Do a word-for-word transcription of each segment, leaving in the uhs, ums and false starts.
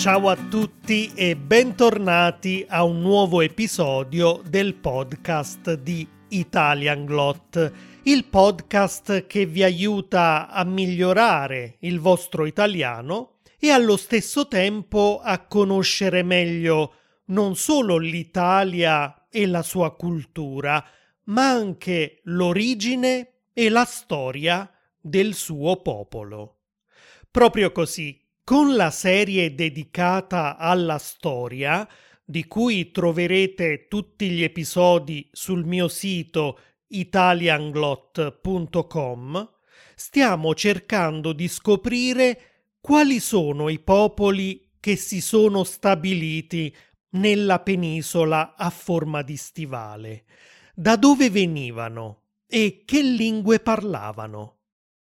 Ciao a tutti e bentornati a un nuovo episodio del podcast di Italianglot, il podcast che vi aiuta a migliorare il vostro italiano e allo stesso tempo a conoscere meglio non solo l'Italia e la sua cultura, ma anche l'origine e la storia del suo popolo. Proprio così, con la serie dedicata alla storia, di cui troverete tutti gli episodi sul mio sito italianglot punto com, stiamo cercando di scoprire quali sono i popoli che si sono stabiliti nella penisola a forma di stivale, da dove venivano e che lingue parlavano.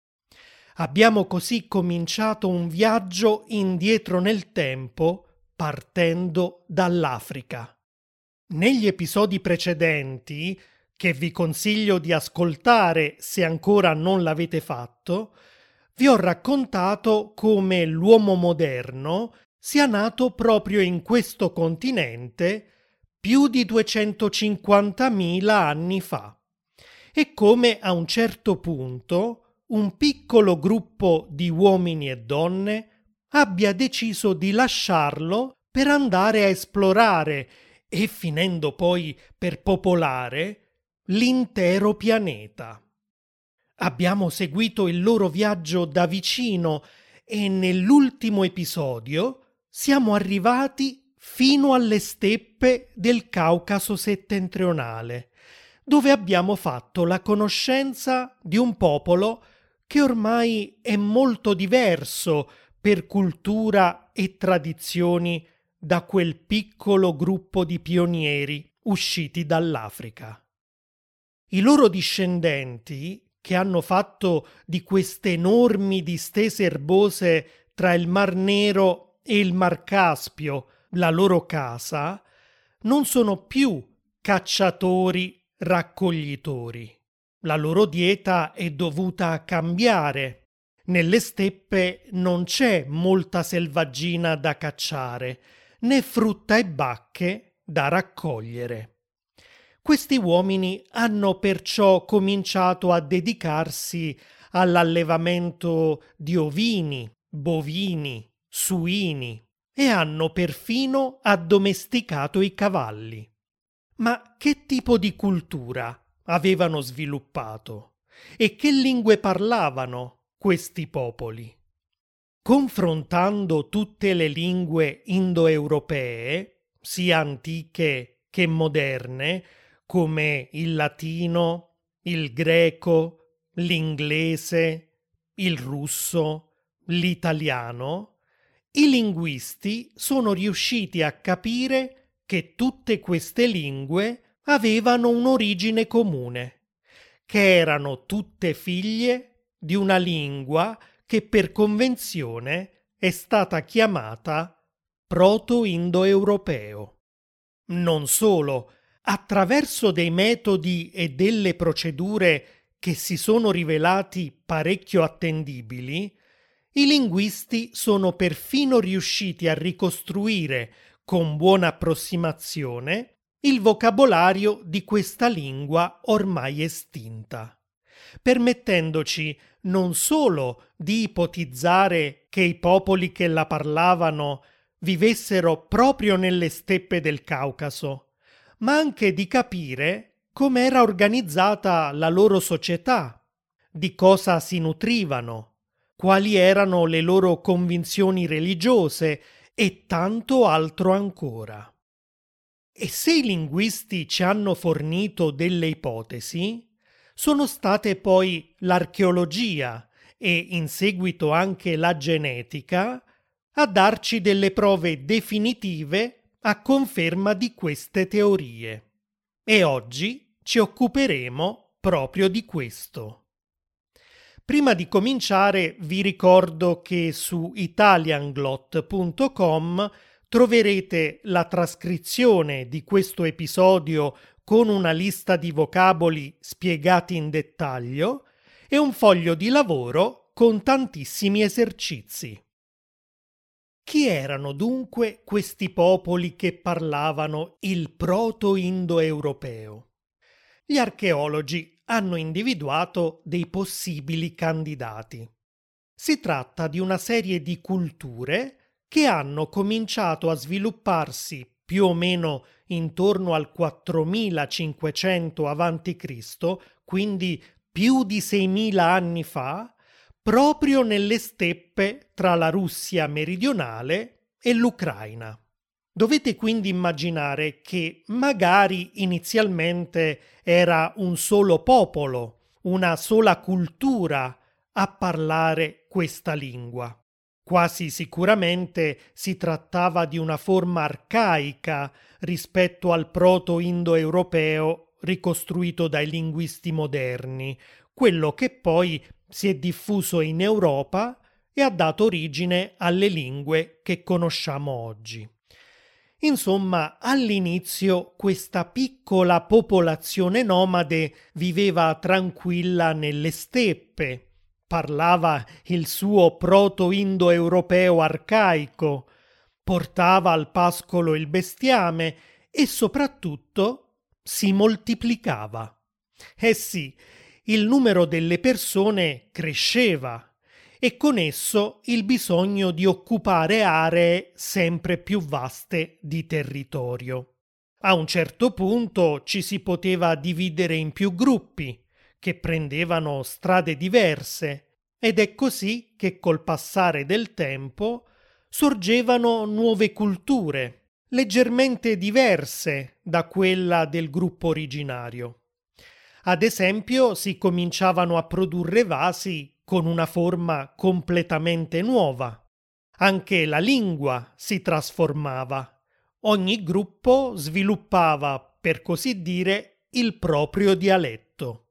Abbiamo così cominciato un viaggio indietro nel tempo partendo dall'Africa. Negli episodi precedenti, che vi consiglio di ascoltare se ancora non l'avete fatto, vi ho raccontato come l'uomo moderno sia nato proprio in questo continente più di duecentocinquantamila anni fa e come a un certo punto un piccolo gruppo di uomini e donne abbia deciso di lasciarlo per andare a esplorare e finendo poi per popolare l'intero pianeta. Abbiamo seguito il loro viaggio da vicino e nell'ultimo episodio siamo arrivati fino alle steppe del Caucaso settentrionale, dove abbiamo fatto la conoscenza di un popolo che ormai è molto diverso per cultura e tradizioni da quel piccolo gruppo di pionieri usciti dall'Africa. I loro discendenti, che hanno fatto di queste enormi distese erbose tra il Mar Nero e il Mar Caspio la loro casa, non sono più cacciatori raccoglitori. La loro dieta è dovuta cambiare. Nelle steppe non c'è molta selvaggina da cacciare, né frutta e bacche da raccogliere. Questi uomini hanno perciò cominciato a dedicarsi all'allevamento di ovini, bovini, suini e hanno perfino addomesticato i cavalli. Ma che tipo di cultura avevano sviluppato e che lingue parlavano questi popoli? Confrontando tutte le lingue indoeuropee, sia antiche che moderne, come il latino, il greco, l'inglese, il russo, l'italiano, i linguisti sono riusciti a capire che tutte queste lingue avevano un'origine comune, che erano tutte figlie di una lingua che per convenzione è stata chiamata proto-indoeuropeo. Non solo, attraverso dei metodi e delle procedure che si sono rivelati parecchio attendibili, i linguisti sono perfino riusciti a ricostruire con buona approssimazione il vocabolario di questa lingua ormai estinta, permettendoci non solo di ipotizzare che i popoli che la parlavano vivessero proprio nelle steppe del Caucaso, ma anche di capire come era organizzata la loro società, di cosa si nutrivano, quali erano le loro convinzioni religiose e tanto altro ancora. E se i linguisti ci hanno fornito delle ipotesi, sono state poi l'archeologia e in seguito anche la genetica a darci delle prove definitive a conferma di queste teorie. E oggi ci occuperemo proprio di questo. Prima di cominciare vi ricordo che su italianglot punto com troverete la trascrizione di questo episodio con una lista di vocaboli spiegati in dettaglio e un foglio di lavoro con tantissimi esercizi. Chi erano dunque questi popoli che parlavano il proto-indoeuropeo? Gli archeologi hanno individuato dei possibili candidati. Si tratta di una serie di culture che hanno cominciato a svilupparsi più o meno intorno al quattromilacinquecento avanti Cristo, quindi più di seimila anni fa, proprio nelle steppe tra la Russia meridionale e l'Ucraina. Dovete quindi immaginare che magari inizialmente era un solo popolo, una sola cultura a parlare questa lingua. Quasi sicuramente si trattava di una forma arcaica rispetto al proto-indoeuropeo ricostruito dai linguisti moderni, quello che poi si è diffuso in Europa e ha dato origine alle lingue che conosciamo oggi. Insomma, all'inizio questa piccola popolazione nomade viveva tranquilla nelle steppe, parlava il suo proto-indoeuropeo arcaico, portava al pascolo il bestiame e soprattutto si moltiplicava. Eh sì, il numero delle persone cresceva e con esso il bisogno di occupare aree sempre più vaste di territorio. A un certo punto ci si poteva dividere in più gruppi, che prendevano strade diverse, ed è così che col passare del tempo sorgevano nuove culture, leggermente diverse da quella del gruppo originario. Ad esempio, si cominciavano a produrre vasi con una forma completamente nuova. Anche la lingua si trasformava. Ogni gruppo sviluppava, per così dire, il proprio dialetto.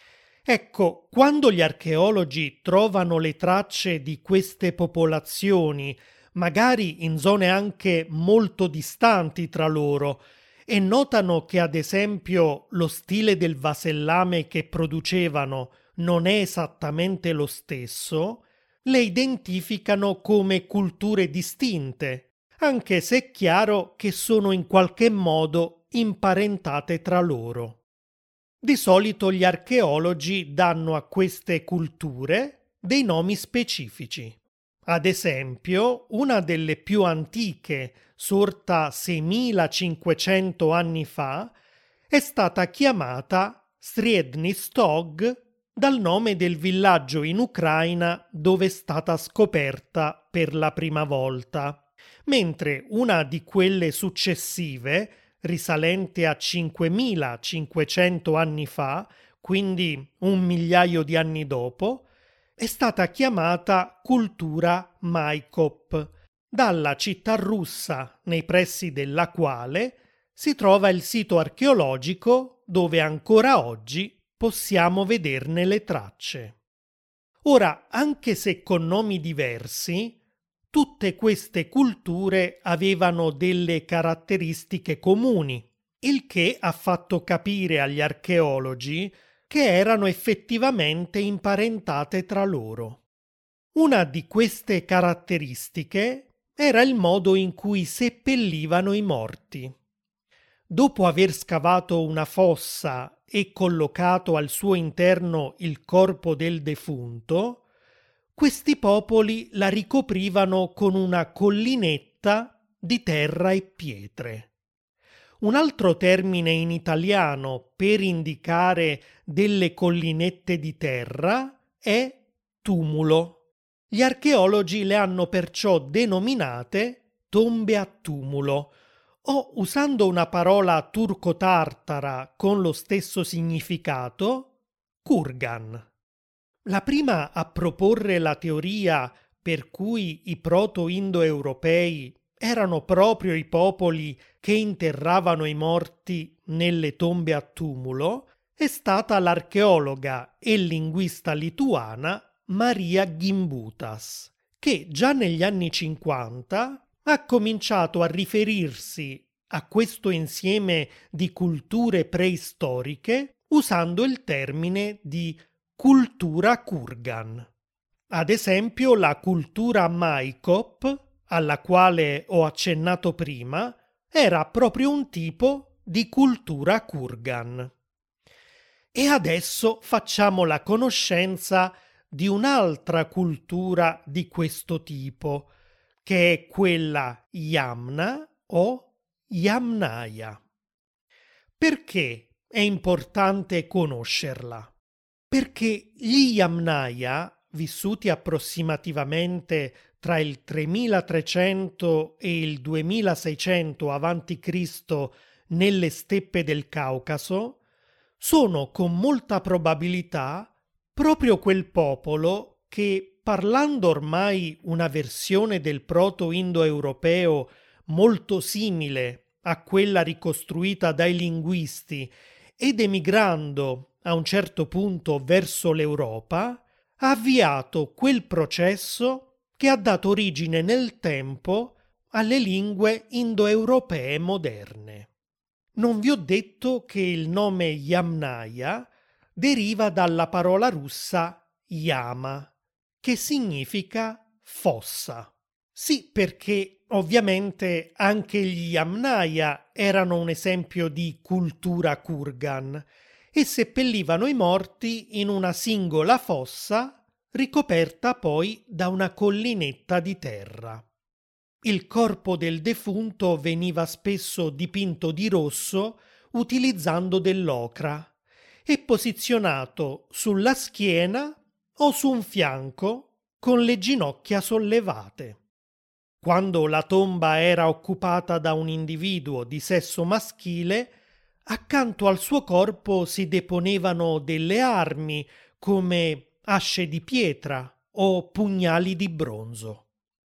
Ecco, quando gli archeologi trovano le tracce di queste popolazioni, magari in zone anche molto distanti tra loro, e notano che ad esempio lo stile del vasellame che producevano non è esattamente lo stesso, le identificano come culture distinte, anche se è chiaro che sono in qualche modo imparentate tra loro. Di solito gli archeologi danno a queste culture dei nomi specifici. Ad esempio, una delle più antiche, sorta seimilacinquecento anni fa, è stata chiamata Srednji Stog dal nome del villaggio in Ucraina dove è stata scoperta per la prima volta, mentre una di quelle successive, risalente a cinquemilacinquecento anni fa, quindi un migliaio di anni dopo, è stata chiamata cultura Maikop, dalla città russa nei pressi della quale si trova il sito archeologico dove ancora oggi possiamo vederne le tracce. Ora, anche se con nomi diversi, tutte queste culture avevano delle caratteristiche comuni, il che ha fatto capire agli archeologi che erano effettivamente imparentate tra loro. Una di queste caratteristiche era il modo in cui seppellivano i morti. Dopo aver scavato una fossa e collocato al suo interno il corpo del defunto, questi popoli la ricoprivano con una collinetta di terra e pietre. Un altro termine in italiano per indicare delle collinette di terra è tumulo. Gli archeologi le hanno perciò denominate tombe a tumulo, o, usando una parola turco-tartara con lo stesso significato, kurgan. La prima a proporre la teoria per cui i proto-indoeuropei erano proprio i popoli che interravano i morti nelle tombe a tumulo è stata l'archeologa e linguista lituana Marija Gimbutas, che già negli anni cinquanta ha cominciato a riferirsi a questo insieme di culture preistoriche usando il termine di cultura kurgan. Ad esempio, la cultura Maikop alla quale ho accennato prima, era proprio un tipo di cultura Kurgan. E adesso facciamo la conoscenza di un'altra cultura di questo tipo, che è quella Yamna o Yamnaya. Perché è importante conoscerla? Perché gli Yamnaya, vissuti approssimativamente tra il tremilatrecento e il duemilaseicento avanti Cristo nelle steppe del Caucaso, sono con molta probabilità proprio quel popolo che, parlando ormai una versione del proto-indoeuropeo molto simile a quella ricostruita dai linguisti ed emigrando a un certo punto verso l'Europa, ha avviato quel processo che ha dato origine nel tempo alle lingue indoeuropee moderne. Non vi ho detto che il nome Yamnaya deriva dalla parola russa Yama, che significa fossa. Sì, perché ovviamente anche gli Yamnaya erano un esempio di cultura Kurgan e seppellivano i morti in una singola fossa ricoperta poi da una collinetta di terra. Il corpo del defunto veniva spesso dipinto di rosso utilizzando dell'ocra e posizionato sulla schiena o su un fianco con le ginocchia sollevate. Quando la tomba era occupata da un individuo di sesso maschile, accanto al suo corpo si deponevano delle armi come asce di pietra o pugnali di bronzo.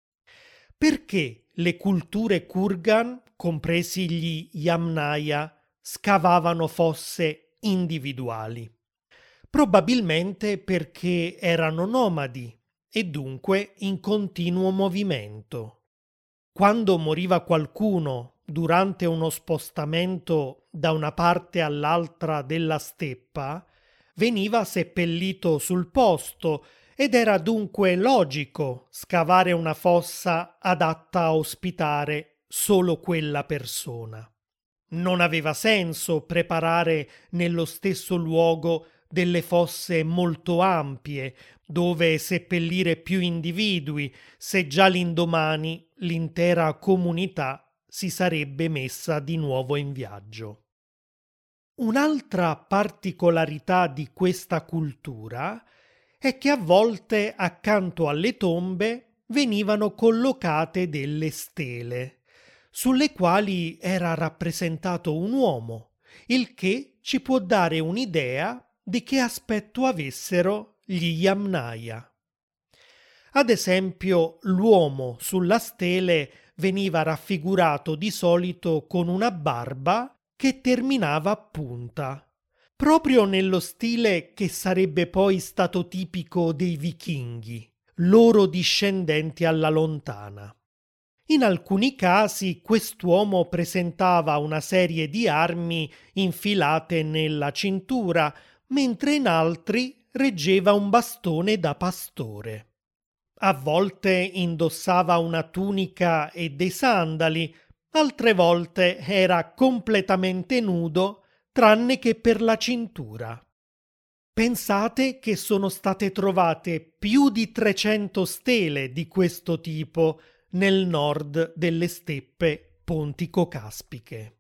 Perché le culture Kurgan, compresi gli Yamnaya, scavavano fosse individuali? Probabilmente perché erano nomadi e dunque in continuo movimento. Quando moriva qualcuno durante uno spostamento da una parte all'altra della steppa, veniva seppellito sul posto ed era dunque logico scavare una fossa adatta a ospitare solo quella persona. Non aveva senso preparare nello stesso luogo delle fosse molto ampie, dove seppellire più individui, se già l'indomani l'intera comunità si sarebbe messa di nuovo in viaggio. Un'altra particolarità di questa cultura è che a volte accanto alle tombe venivano collocate delle stele, sulle quali era rappresentato un uomo, il che ci può dare un'idea di che aspetto avessero gli Yamnaya. Ad esempio, l'uomo sulla stele veniva raffigurato di solito con una barba che terminava a punta, proprio nello stile che sarebbe poi stato tipico dei vichinghi, loro discendenti alla lontana. In alcuni casi quest'uomo presentava una serie di armi infilate nella cintura, mentre in altri reggeva un bastone da pastore. A volte indossava una tunica e dei sandali, altre volte era completamente nudo, tranne che per la cintura. Pensate che sono state trovate più di trecento stele di questo tipo nel nord delle steppe pontico-caspiche.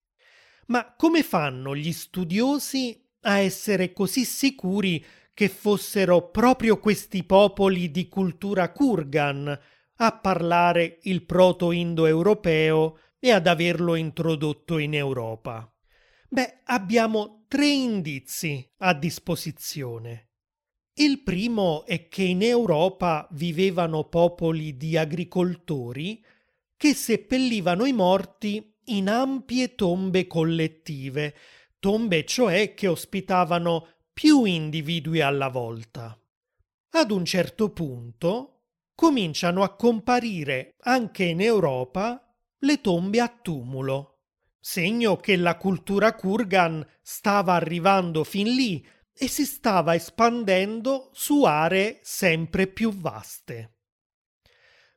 Ma come fanno gli studiosi a essere così sicuri che fossero proprio questi popoli di cultura Kurgan a parlare il proto-indoeuropeo e ad averlo introdotto in Europa? Beh, abbiamo tre indizi a disposizione. Il primo è che in Europa vivevano popoli di agricoltori che seppellivano i morti in ampie tombe collettive, tombe cioè che ospitavano più individui alla volta. Ad un certo punto cominciano a comparire anche in Europa le tombe a tumulo, segno che la cultura Kurgan stava arrivando fin lì e si stava espandendo su aree sempre più vaste.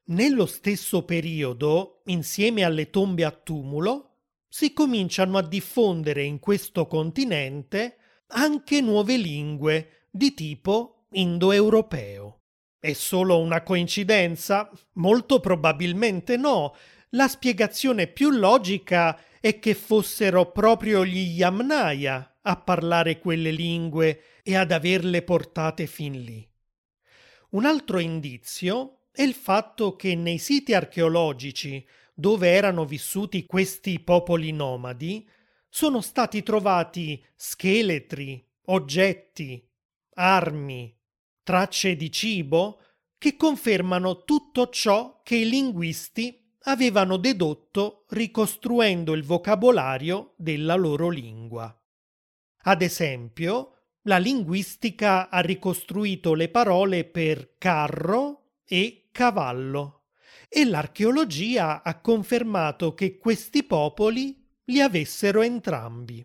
Nello stesso periodo, insieme alle tombe a tumulo, si cominciano a diffondere in questo continente anche nuove lingue di tipo indoeuropeo. È solo una coincidenza? Molto probabilmente no. La spiegazione più logica è che fossero proprio gli Yamnaya a parlare quelle lingue e ad averle portate fin lì. Un altro indizio è il fatto che nei siti archeologici dove erano vissuti questi popoli nomadi sono stati trovati scheletri, oggetti, armi, tracce di cibo che confermano tutto ciò che i linguisti avevano dedotto ricostruendo il vocabolario della loro lingua. Ad esempio, la linguistica ha ricostruito le parole per carro e cavallo e l'archeologia ha confermato che questi popoli li avessero entrambi.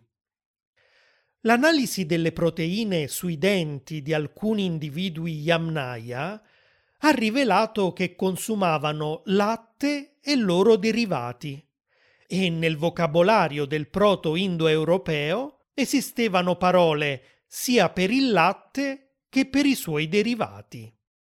L'analisi delle proteine sui denti di alcuni individui Yamnaya ha rivelato che consumavano latte e loro derivati e nel vocabolario del proto-indoeuropeo esistevano parole sia per il latte che per i suoi derivati.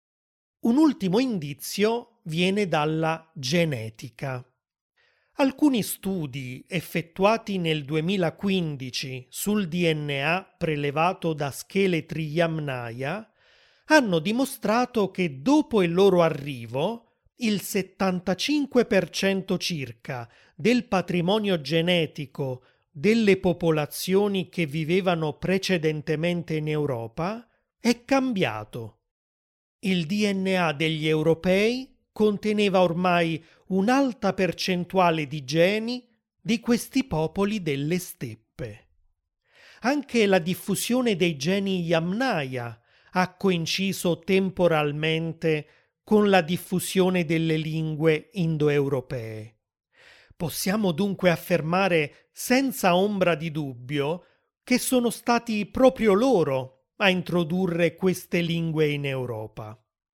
Un ultimo indizio viene dalla genetica. Alcuni studi effettuati nel duemilaquindici sul D N A prelevato da scheletri Yamnaya hanno dimostrato che dopo il loro arrivo il settantacinque per cento circa del patrimonio genetico delle popolazioni che vivevano precedentemente in Europa è cambiato. Il D N A degli europei conteneva ormai un'alta percentuale di geni di questi popoli delle steppe. Anche la diffusione dei geni Yamnaya ha coinciso temporalmente con la diffusione delle lingue indoeuropee. Possiamo dunque affermare senza ombra di dubbio che sono stati proprio loro a introdurre queste lingue in Europa.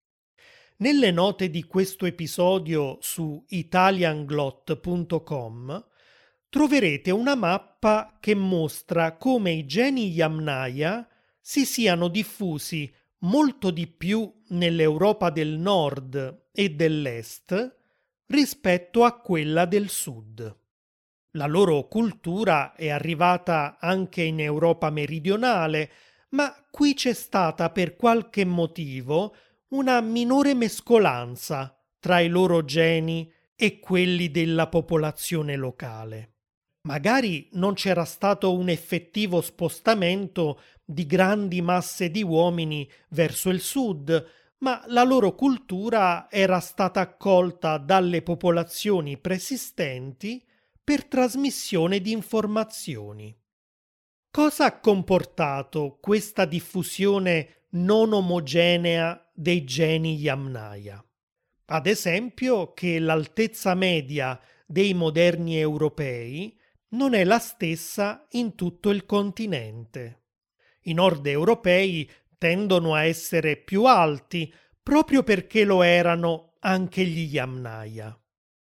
Nelle note di questo episodio su italianglot punto com troverete una mappa che mostra come i geni Yamnaya si siano diffusi molto di più nell'Europa del Nord e dell'Est rispetto a quella del Sud. La loro cultura è arrivata anche in Europa meridionale, ma qui c'è stata per qualche motivo una minore mescolanza tra i loro geni e quelli della popolazione locale. Magari non c'era stato un effettivo spostamento di grandi masse di uomini verso il sud, ma la loro cultura era stata accolta dalle popolazioni preesistenti per trasmissione di informazioni. Cosa ha comportato questa diffusione non omogenea dei geni Yamnaya? Ad esempio che l'altezza media dei moderni europei non è la stessa in tutto il continente. I nord europei tendono a essere più alti proprio perché lo erano anche gli Yamnaya.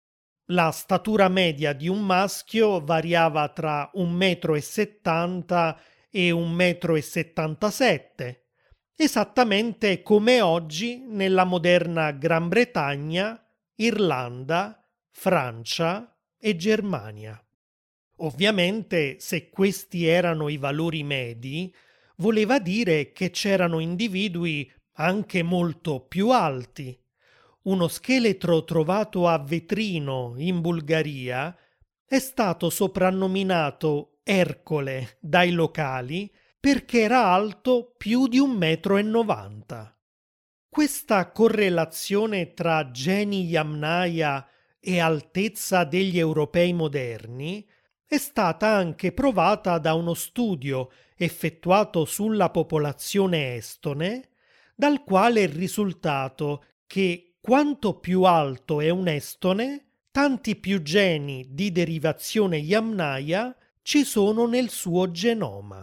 La statura media di un maschio variava tra un metro e settanta e un metro e settantasette, esattamente come oggi nella moderna Gran Bretagna, Irlanda, Francia e Germania. Ovviamente, se questi erano i valori medi, voleva dire che c'erano individui anche molto più alti. Uno scheletro trovato a Vetrino, in Bulgaria, è stato soprannominato Ercole dai locali perché era alto più di un metro e novanta. Questa correlazione tra geni Yamnaya e altezza degli europei moderni è stata anche provata da uno studio effettuato sulla popolazione estone, dal quale è risultato che quanto più alto è un estone, tanti più geni di derivazione Yamnaya ci sono nel suo genoma.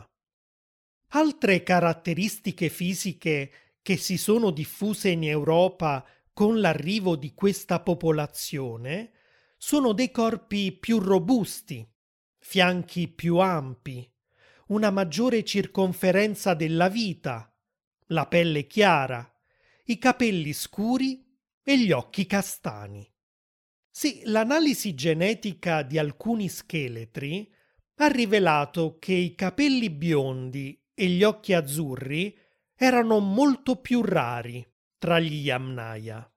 Altre caratteristiche fisiche che si sono diffuse in Europa con l'arrivo di questa popolazione sono dei corpi più robusti, fianchi più ampi, una maggiore circonferenza della vita, la pelle chiara, i capelli scuri e gli occhi castani. Sì, l'analisi genetica di alcuni scheletri ha rivelato che i capelli biondi e gli occhi azzurri erano molto più rari tra gli Yamnaya.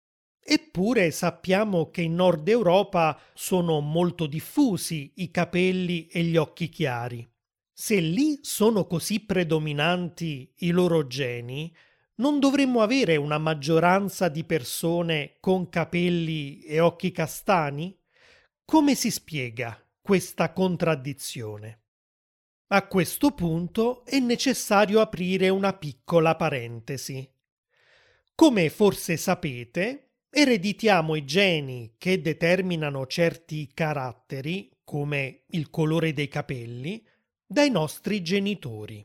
Eppure sappiamo che in Nord Europa sono molto diffusi i capelli e gli occhi chiari. Se lì sono così predominanti i loro geni, non dovremmo avere una maggioranza di persone con capelli e occhi castani? Come si spiega questa contraddizione? A questo punto è necessario aprire una piccola parentesi. Come forse sapete, ereditiamo i geni che determinano certi caratteri, come il colore dei capelli, dai nostri genitori.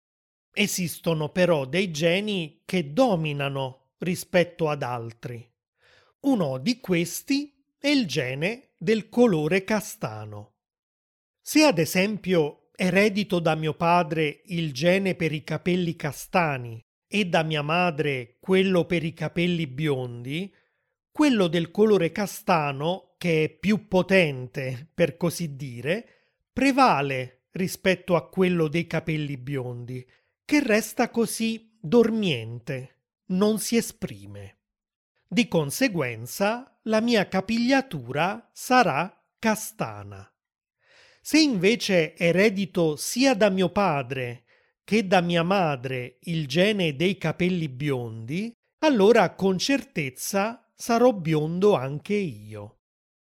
Esistono però dei geni che dominano rispetto ad altri. Uno di questi è il gene del colore castano. Se ad esempio eredito da mio padre il gene per i capelli castani e da mia madre quello per i capelli biondi, quello del colore castano, che è più potente per così dire, prevale rispetto a quello dei capelli biondi, che resta così dormiente, non si esprime. Di conseguenza la mia capigliatura sarà castana. Se invece eredito sia da mio padre che da mia madre il gene dei capelli biondi, allora con certezza sarò biondo anche io.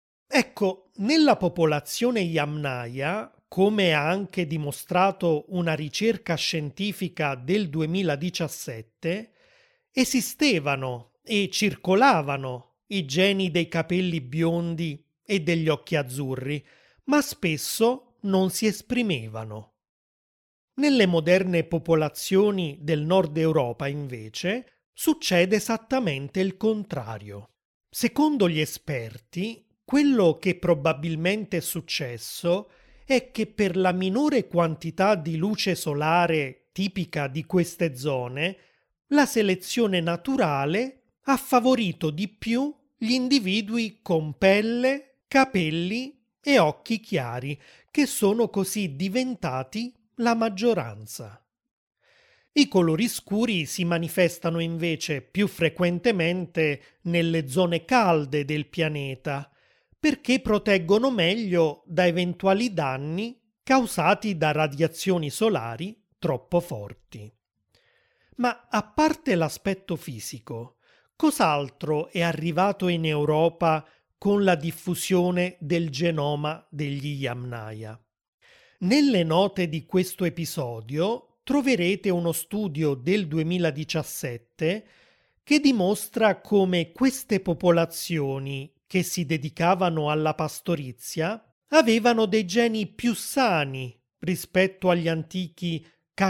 Ecco, nella popolazione Yamnaya, come ha anche dimostrato una ricerca scientifica del duemiladiciassette, esistevano e circolavano i geni dei capelli biondi e degli occhi azzurri, ma spesso non si esprimevano. Nelle moderne popolazioni del nord Europa, invece, succede esattamente il contrario. Secondo gli esperti, quello che probabilmente è successo è che per la minore quantità di luce solare tipica di queste zone, la selezione naturale ha favorito di più gli individui con pelle, capelli e occhi chiari, che sono così diventati la maggioranza. I colori scuri si manifestano invece più frequentemente nelle zone calde del pianeta, perché proteggono meglio da eventuali danni causati da radiazioni solari troppo forti. Ma a parte l'aspetto fisico, cos'altro è arrivato in Europa con la diffusione del genoma degli Yamnaya? Nelle note di questo episodio troverete uno studio del duemiladiciassette che dimostra come queste popolazioni che si dedicavano alla pastorizia avevano dei geni più sani rispetto agli antichi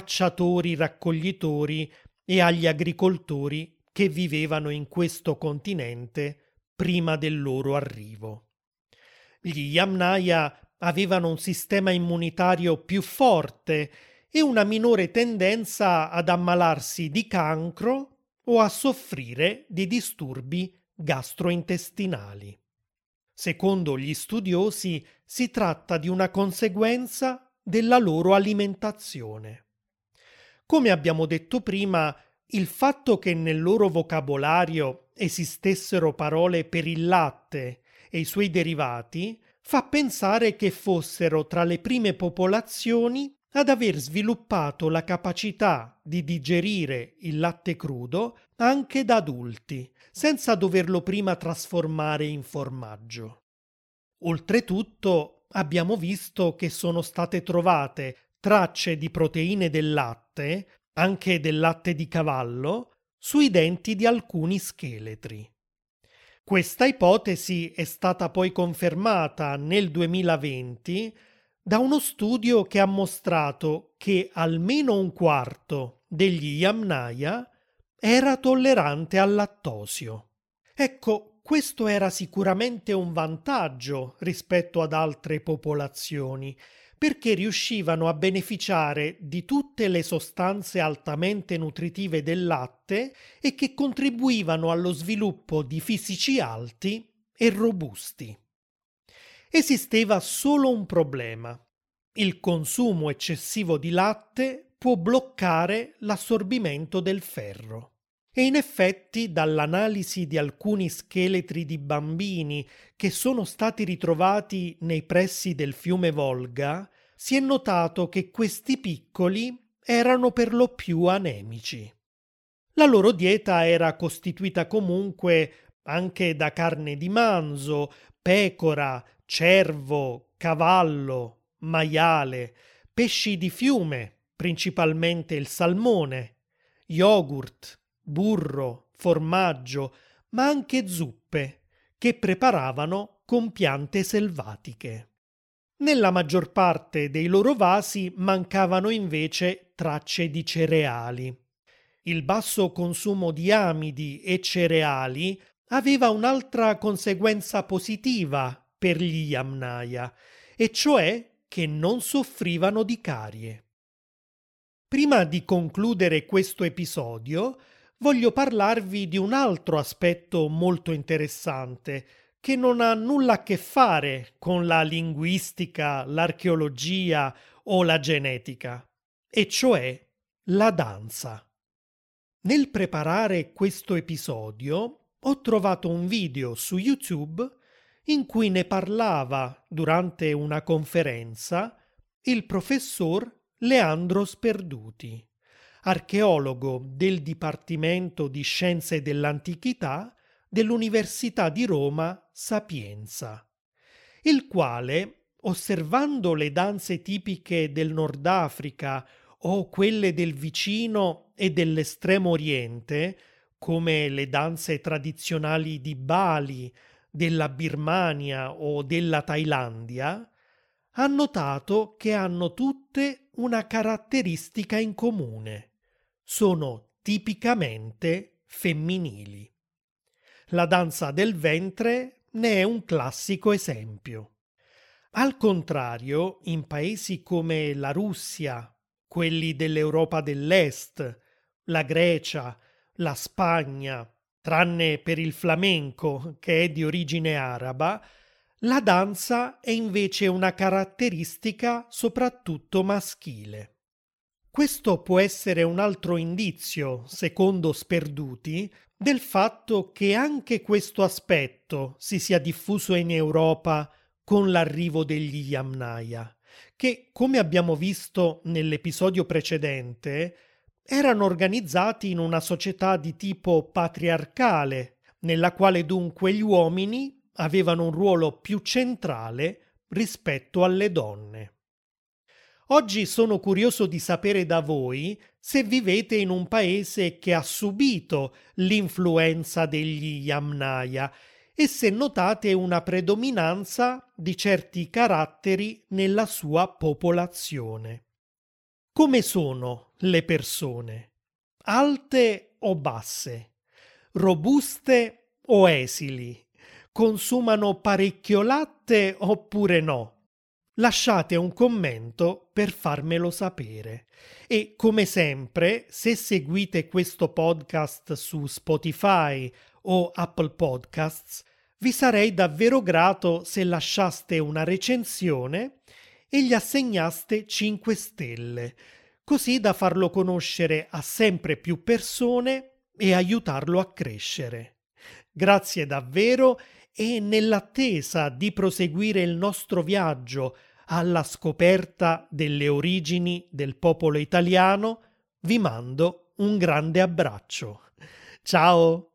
cacciatori-raccoglitori e agli agricoltori che vivevano in questo continente prima del loro arrivo. Gli Yamnaya avevano un sistema immunitario più forte e una minore tendenza ad ammalarsi di cancro o a soffrire di disturbi gastrointestinali. Secondo gli studiosi, si tratta di una conseguenza della loro alimentazione. Come abbiamo detto prima, il fatto che nel loro vocabolario esistessero parole per il latte e i suoi derivati fa pensare che fossero tra le prime popolazioni ad aver sviluppato la capacità di digerire il latte crudo anche da adulti, senza doverlo prima trasformare in formaggio. Oltretutto, abbiamo visto che sono state trovate tracce di proteine del latte, anche del latte di cavallo, sui denti di alcuni scheletri. Questa ipotesi è stata poi confermata nel duemilaventi da uno studio che ha mostrato che almeno un quarto degli Yamnaya era tollerante al lattosio. Ecco, questo era sicuramente un vantaggio rispetto ad altre popolazioni, perché riuscivano a beneficiare di tutte le sostanze altamente nutritive del latte e che contribuivano allo sviluppo di fisici alti e robusti. Esisteva solo un problema: il consumo eccessivo di latte può bloccare l'assorbimento del ferro. E in effetti, dall'analisi di alcuni scheletri di bambini che sono stati ritrovati nei pressi del fiume Volga, si è notato che questi piccoli erano per lo più anemici. La loro dieta era costituita comunque anche da carne di manzo, pecora, cervo, cavallo, maiale, pesci di fiume, principalmente il salmone, yogurt, burro, formaggio, ma anche zuppe, che preparavano con piante selvatiche. Nella maggior parte dei loro vasi mancavano invece tracce di cereali. Il basso consumo di amidi e cereali aveva un'altra conseguenza positiva per gli Yamnaya, e cioè che non soffrivano di carie. Prima di concludere questo episodio, voglio parlarvi di un altro aspetto molto interessante che non ha nulla a che fare con la linguistica, l'archeologia o la genetica, e cioè la danza. Nel preparare questo episodio ho trovato un video su YouTube in cui ne parlava durante una conferenza il professor Leandro Sperduti, archeologo del Dipartimento di Scienze dell'Antichità dell'Università di Roma Sapienza, il quale, osservando le danze tipiche del Nord Africa o quelle del vicino e dell'estremo oriente, come le danze tradizionali di Bali, della Birmania o della Thailandia, ha notato che hanno tutte una caratteristica in comune: sono tipicamente femminili. La danza del ventre ne è un classico esempio. Al contrario, in paesi come la Russia, quelli dell'Europa dell'Est, la Grecia, la Spagna, tranne per il flamenco che è di origine araba, la danza è invece una caratteristica soprattutto maschile. Questo può essere un altro indizio, secondo Sperduti, del fatto che anche questo aspetto si sia diffuso in Europa con l'arrivo degli Yamnaya, che, come abbiamo visto nell'episodio precedente, erano organizzati in una società di tipo patriarcale, nella quale dunque gli uomini avevano un ruolo più centrale rispetto alle donne. Oggi sono curioso di sapere da voi se vivete in un paese che ha subito l'influenza degli Yamnaya e se notate una predominanza di certi caratteri nella sua popolazione. Come sono le persone? Alte o basse? Robuste o esili? Consumano parecchio latte oppure no? Lasciate un commento per farmelo sapere. E come sempre, se seguite questo podcast su Spotify o Apple Podcasts, vi sarei davvero grato se lasciaste una recensione e gli assegnaste cinque stelle, così da farlo conoscere a sempre più persone e aiutarlo a crescere. Grazie davvero, e nell'attesa di proseguire il nostro viaggio alla scoperta delle origini del popolo italiano, vi mando un grande abbraccio. Ciao!